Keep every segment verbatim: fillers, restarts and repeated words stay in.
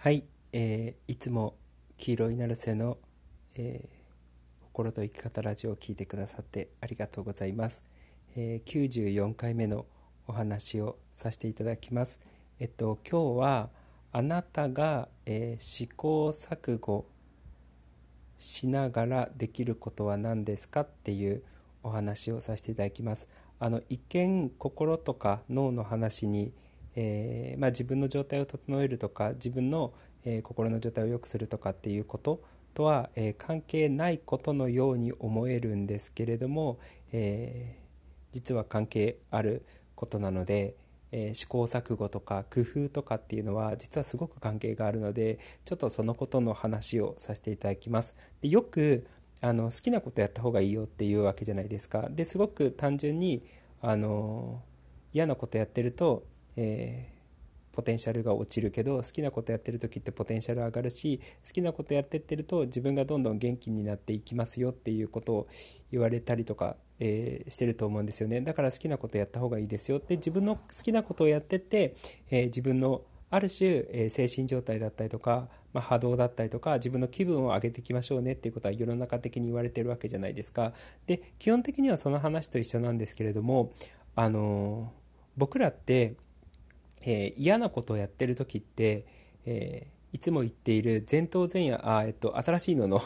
はい、えーいつも黄色いナルセの、えー心と生き方ラジオを聞いてくださってありがとうございます。えーきゅうじゅうよんかいめのお話をさせていただきます。えっと今日はあなたが、えー試行錯誤しながらできることは何ですかっていうお話をさせていただきます。あの一見心とか脳の話に、えーまあ、自分の状態を整えるとか自分の、えー心の状態を良くするとかっていうこととは、えー関係ないことのように思えるんですけれども、えー実は関係あることなので、えー試行錯誤とか工夫とかっていうのは実はすごく関係があるので、ちょっとそのことの話をさせていただきます。でよくあの好きなことやった方がいいよっていうわけじゃないですか。ですごく単純にあの嫌なことやってると、えーポテンシャルが落ちるけど、好きなことやってる時ってポテンシャル上がるし、好きなことやってってると自分がどんどん元気になっていきますよっていうことを言われたりとか、えーしてると思うんですよね。だから好きなことやった方がいいですよって、自分の好きなことをやってって、えー自分のある種、えー精神状態だったりとか、まあ、波動だったりとか自分の気分を上げていきましょうねっていうことは世の中的に言われてるわけじゃないですか。で基本的にはその話と一緒なんですけれども、あのー僕らってえー嫌なことをやってる時って、えーいつも言っている前頭前野、あ、えっと、新しい脳の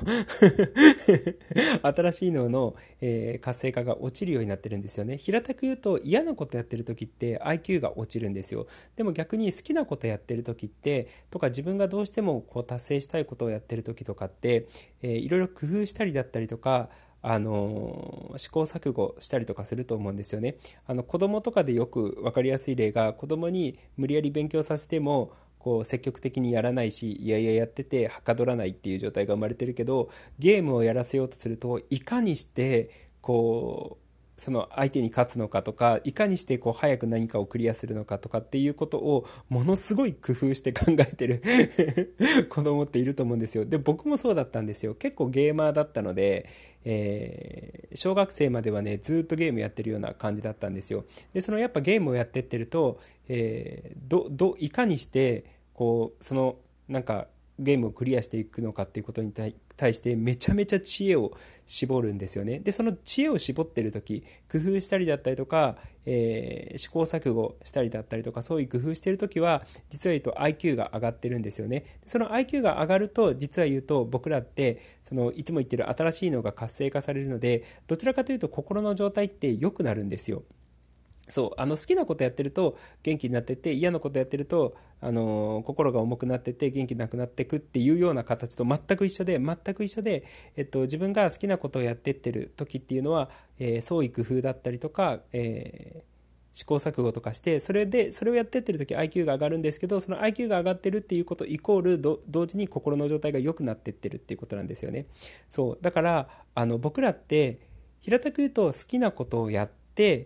新しい脳の、えー活性化が落ちるようになってるんですよね。平たく言うと嫌なことやってる時って アイキュー が落ちるんですよ。でも逆に好きなことやってる時ってとか自分がどうしてもこう達成したいことをやってる時とかって、えーいろいろ工夫したりだったりとか、あの試行錯誤したりとかすると思うんですよね。あの子供とかでよく分かりやすい例が、子供に無理やり勉強させてもこう積極的にやらないし、いやいややっててはかどらないっていう状態が生まれてるけど、ゲームをやらせようとするといかにしてこうその相手に勝つのかとか、いかにしてこう早く何かをクリアするのかとかっていうことをものすごい工夫して考えてる子供っていると思うんですよ。で僕もそうだったんですよ。結構ゲーマーだったので、えー小学生まではねずっとゲームやってるような感じだったんですよ。でそのやっぱゲームをやってってると、えーどどいかにしてこうそのなんかゲームをクリアしていくのかっていうことに対対してめちゃめちゃ知恵を絞るんですよね。でその知恵を絞ってる時、工夫したりだったりとか、えー試行錯誤したりだったりとか、そういう工夫してる時は実は言うと アイキュー が上がってるんですよね。でその アイキュー が上がると実は言うと僕らってそのいつも言ってる新しいのが活性化されるので、どちらかというと心の状態って良くなるんですよ。そうあの好きなことやってると元気になってって、嫌なことやってると、あのー心が重くなってって元気なくなっていくっていうような形と全く一緒で全く一緒で、えっと、自分が好きなことをやってってる時っていうのは、えー創意工夫だったりとか、えー試行錯誤とかして、それでそれをやってってる時 アイキュー が上がるんですけど、その アイキュー が上がってるっていうことイコールど同時に心の状態が良くなってってるっていうことなんですよね。そうだからあの僕らって平たく言うと好きなことをやって、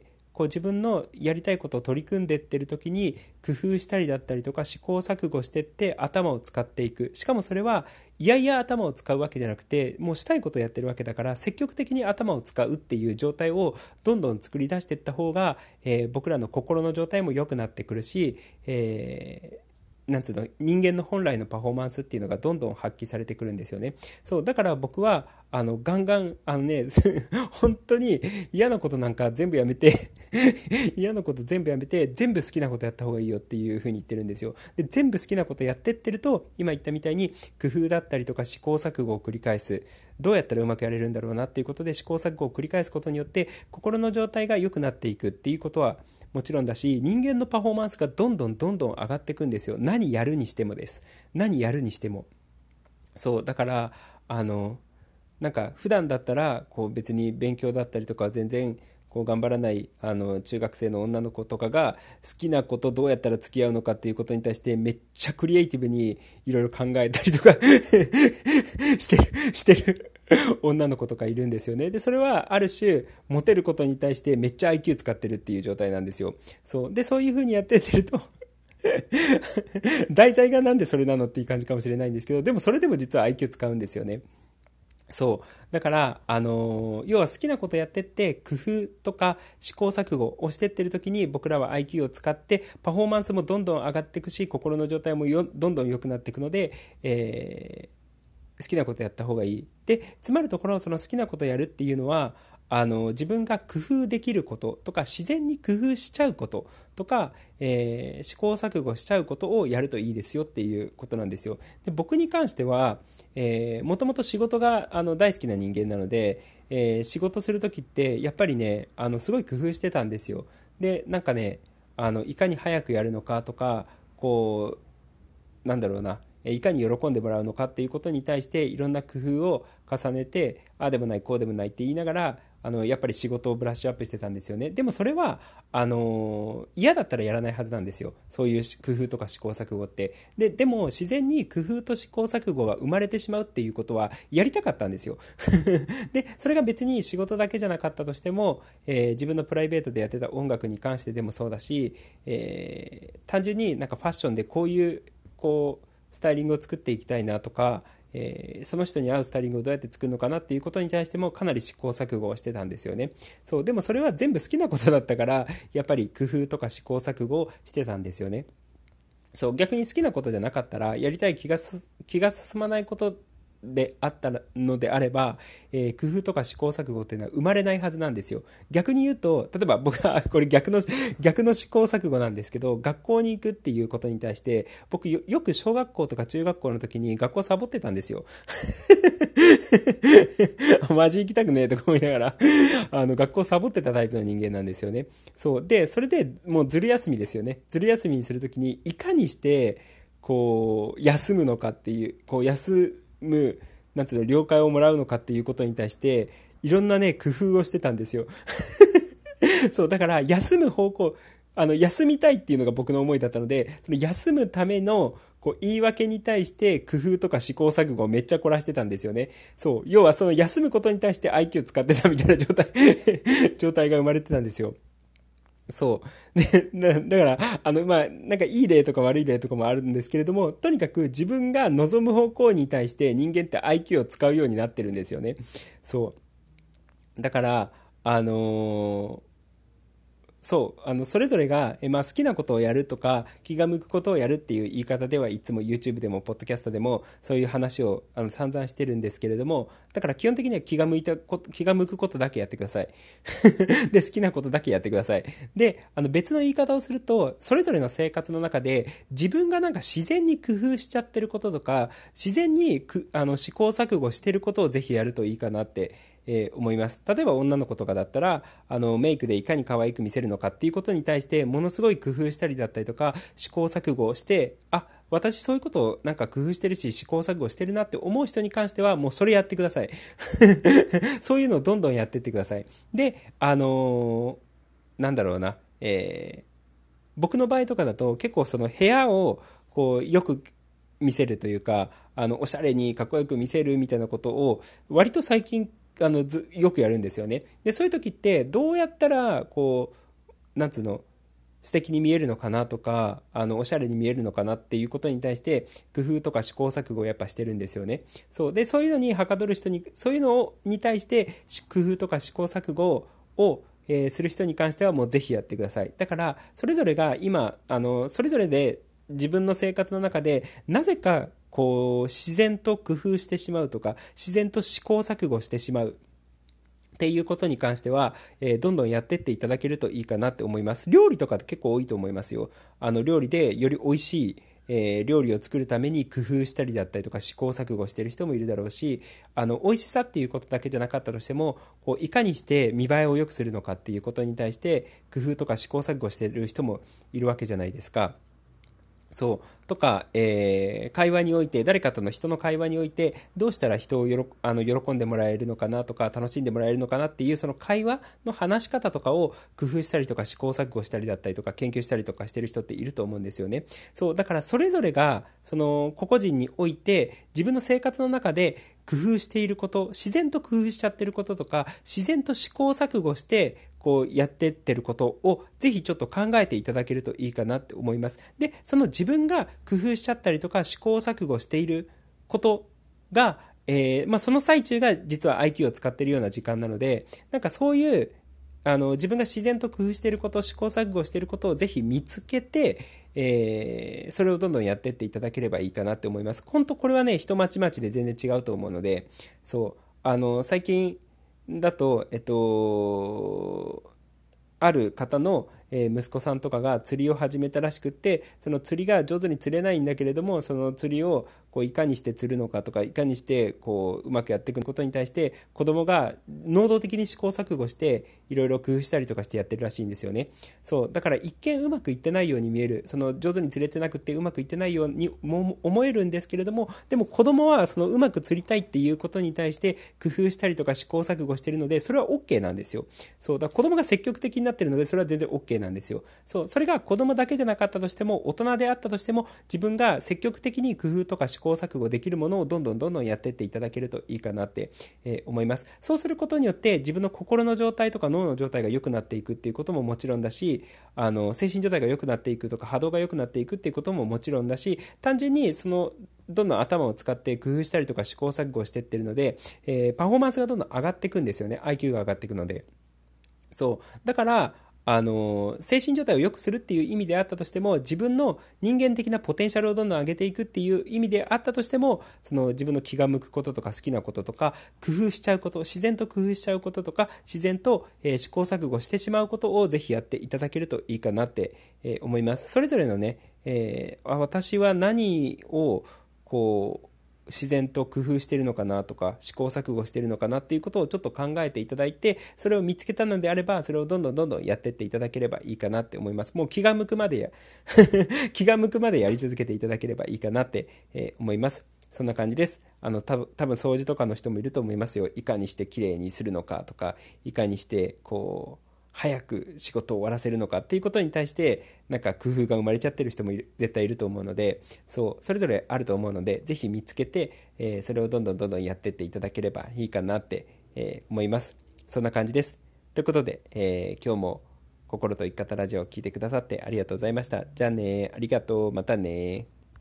こう自分のやりたいことを取り組んでってる時に工夫したりだったりとか試行錯誤してって頭を使っていく。しかもそれはいやいや頭を使うわけじゃなくて、もうしたいことをやってるわけだから積極的に頭を使うっていう状態をどんどん作り出していった方が、えー僕らの心の状態も良くなってくるし、えーなんつうの、人間の本来のパフォーマンスっていうのがどんどん発揮されてくるんですよね。そうだから僕はあのガンガンあのね本当に嫌なことなんか全部やめて嫌なこと全部やめて全部好きなことやった方がいいよっていう風に言ってるんですよ。で全部好きなことやってってると、今言ったみたいに工夫だったりとか試行錯誤を繰り返す、どうやったらうまくやれるんだろうなっていうことで試行錯誤を繰り返すことによって心の状態が良くなっていくっていうことはもちろんだし、人間のパフォーマンスがどんどんどんどん上がっていくんですよ。何やるにしてもです。何やるにしても。そうだからあのなんか普段だったらこう別に勉強だったりとかは全然こう頑張らないあの中学生の女の子とかが好きなことどうやったら付き合うのかっていうことに対してめっちゃクリエイティブにいろいろ考えたりとかしてるしてる女の子とかいるんですよね。でそれはある種モテることに対してめっちゃ アイキュー 使ってるっていう状態なんですよ。そうでそういう風にやってってると題材がなんでそれなのっていう感じかもしれないんですけど、でもそれでも実は アイキュー 使うんですよね。 そう。だから、あのー要は好きなことやってって、工夫とか試行錯誤をしてってる時に、僕らは アイキュー を使って、パフォーマンスもどんどん上がっていくし、心の状態もよどんどん良くなっていくので、えー好きなことやった方がいい。で、つまるところ、その好きなことやるっていうのは、あの、自分が工夫できることとか、自然に工夫しちゃうこととか、えー試行錯誤しちゃうことをやるといいですよっていうことなんですよ。で、僕に関しては、えー、もともと仕事があの大好きな人間なので、えー仕事するときって、やっぱりね、あの、すごい工夫してたんですよ。で、なんかね、あの、いかに早くやるのかとか、こう、なんだろうな、いかに喜んでもらうのかっていうことに対していろんな工夫を重ねて、ああでもないこうでもないって言いながら、あのやっぱり仕事をブラッシュアップしてたんですよね。でもそれはあの嫌だったらやらないはずなんですよ、そういう工夫とか試行錯誤って。ででも自然に工夫と試行錯誤が生まれてしまうっていうことはやりたかったんですよ。でそれが別に仕事だけじゃなかったとしても、えー自分のプライベートでやってた音楽に関してでもそうだし、えー単純になんかファッションでこういうこうスタイリングを作っていきたいなとか、えーその人に合うスタイリングをどうやって作るのかなっていうことに対してもかなり試行錯誤をしてたんですよね。そうでもそれは全部好きなことだったから、やっぱり工夫とか試行錯誤をしてたんですよね。そう逆に好きなことじゃなかったら、やりたい気がす気が進まないことであったのであれば、えー工夫とか試行錯誤っていうのは生まれないはずなんですよ。逆に言うと、例えば僕はこれ逆の逆の試行錯誤なんですけど、学校に行くっていうことに対して僕よよく小学校とか中学校の時に学校サボってたんですよ。マジ行きたくねえとか思いながら、あの学校サボってたタイプの人間なんですよね。そうでそれでもうずる休みですよね。ずる休みにするときにいかにしてこう休むのかっていう、こう休む、なんつうの、了解をもらうのかっていうことに対していろんなね工夫をしてたんですよ。そうだから休む方向、あの休みたいっていうのが僕の思いだったので、その休むためのこう言い訳に対して工夫とか試行錯誤をめっちゃ凝らしてたんですよね。そう要はその休むことに対して アイキュー 使ってたみたいな状態状態が生まれてたんですよ。そうでだだからあのまあなんかいい例とか悪い例とかもあるんですけれども、とにかく自分が望む方向に対して人間って アイキュー を使うようになってるんですよね。そうだからあのーそうあのそれぞれが、えまあ、好きなことをやるとか気が向くことをやるっていう言い方ではいつも YouTube でもポッドキャストでもそういう話をあの散々してるんですけれども、だから基本的には気が向いたこ気が向くことだけやってください。で好きなことだけやってください。であの別の言い方をすると、それぞれの生活の中で自分がなんか自然に工夫しちゃってることとか、自然にくあの試行錯誤してることをぜひやるといいかなってえー思います。例えば女の子とかだったら、あのメイクでいかに可愛く見せるのかっていうことに対してものすごい工夫したりだったりとか試行錯誤をして、あ、私そういうことをなんか工夫してるし試行錯誤してるなって思う人に関してはもうそれやってください。そういうのをどんどんやってってください。であのーなんだろうな、えー僕の場合とかだと結構その部屋をこうよく見せるというか、あのおしゃれにかっこよく見せるみたいなことを割と最近あのずよくやるんですよね。でそういう時ってどうやったらこうなんつうの、素敵に見えるのかなとか、あのおしゃれに見えるのかなっていうことに対して工夫とか試行錯誤をやっぱしてるんですよね。そうでそういうのにはかどる人に、そういうのに対して工夫とか試行錯誤をえーする人に関してはもうぜひやってください。だからそれぞれが今あのそれぞれで自分の生活の中でなぜかこう自然と工夫してしまうとか自然と試行錯誤してしまうっていうことに関しては、えーどんどんやってっていただけるといいかなって思います。料理とかって結構多いと思いますよ。あの料理でより美味しい、えー料理を作るために工夫したりだったりとか試行錯誤してる人もいるだろうし、あの美味しさっていうことだけじゃなかったとしても、こういかにして見栄えを良くするのかっていうことに対して工夫とか試行錯誤してる人もいるわけじゃないですか。そうとか、えー会話において、誰かとの人の会話においてどうしたら人をよろあの喜んでもらえるのかなとか楽しんでもらえるのかなっていう、その会話の話し方とかを工夫したりとか試行錯誤したりだったりとか研究したりとかしてる人っていると思うんですよね。そうだからそれぞれがその個々人において自分の生活の中で工夫していること、自然と工夫しちゃってることとか自然と試行錯誤してこうやってってることをぜひちょっと考えていただけるといいかなって思います。で、その自分が工夫しちゃったりとか試行錯誤していることが、 えーまあ、その最中が実は アイキュー を使っているような時間なので、なんかそういうあの自分が自然と工夫していること、試行錯誤していることをぜひ見つけて、えーそれをどんどんやっていっていただければいいかなって思います。本当これはね、人まちまちで全然違うと思うので、そうあの最近だと、えっとある方の、えー息子さんとかが釣りを始めたらしくって、その釣りが上手に釣れないんだけれども、その釣りをこういかにして釣るのかとか、いかにしてこううまくやっていくことに対して子供が能動的に試行錯誤していろいろ工夫したりとかしてやってるらしいんですよね。そうだから一見うまくいってないように見える、その上手に釣れてなくてうまくいってないようにも思えるんですけれども、でも子供はそのうまく釣りたいっていうことに対して工夫したりとか試行錯誤してるので、それは OK なんですよ。そうだから子供が積極的になってるので、それは全然 OK なんですよ。そうそれが子供だけじゃなかったとしても、大人であったとしても、自分が積極的に工夫とか試行錯誤できるものをどんどんどんどんやっていっていただけるといいかなって、えー思います。そうすることによって自分の心の状態とか脳の状態が良くなっていくっていうことももちろんだし、あの精神状態が良くなっていくとか波動が良くなっていくっていうことももちろんだし、単純にそのどんどん頭を使って工夫したりとか試行錯誤していってるので、えーパフォーマンスがどんどん上がっていくんですよね。 アイキュー が上がっていくので。そうだからあの精神状態を良くするっていう意味であったとしても、自分の人間的なポテンシャルをどんどん上げていくっていう意味であったとしても、その自分の気が向くこととか好きなこととか工夫しちゃうこと、自然と工夫しちゃうこととか、自然と、えー試行錯誤してしまうことをぜひやっていただけるといいかなって、えー思います。それぞれのね、えーあ私は何をこう自然と工夫しているのかなとか試行錯誤しているのかなっていうことをちょっと考えていただいて、それを見つけたのであればそれをどんどんどんどんやっていっていただければいいかなって思います。もう気が向くまでや気が向くまでやり続けていただければいいかなって、えー思います。そんな感じです。あの多分多分掃除とかの人もいると思いますよ。いかにしてきれいにするのかとか、いかにしてこう早く仕事を終わらせるのかっていうことに対してなんか工夫が生まれちゃってる人もいる絶対いると思うので、そうそれぞれあると思うので、ぜひ見つけて、えーそれをどんどんどんどんやってっていただければいいかなって、えー思います。そんな感じです。ということで、えー今日も心と生き方ラジオを聞いてくださってありがとうございました。じゃあね、ありがとう、またね。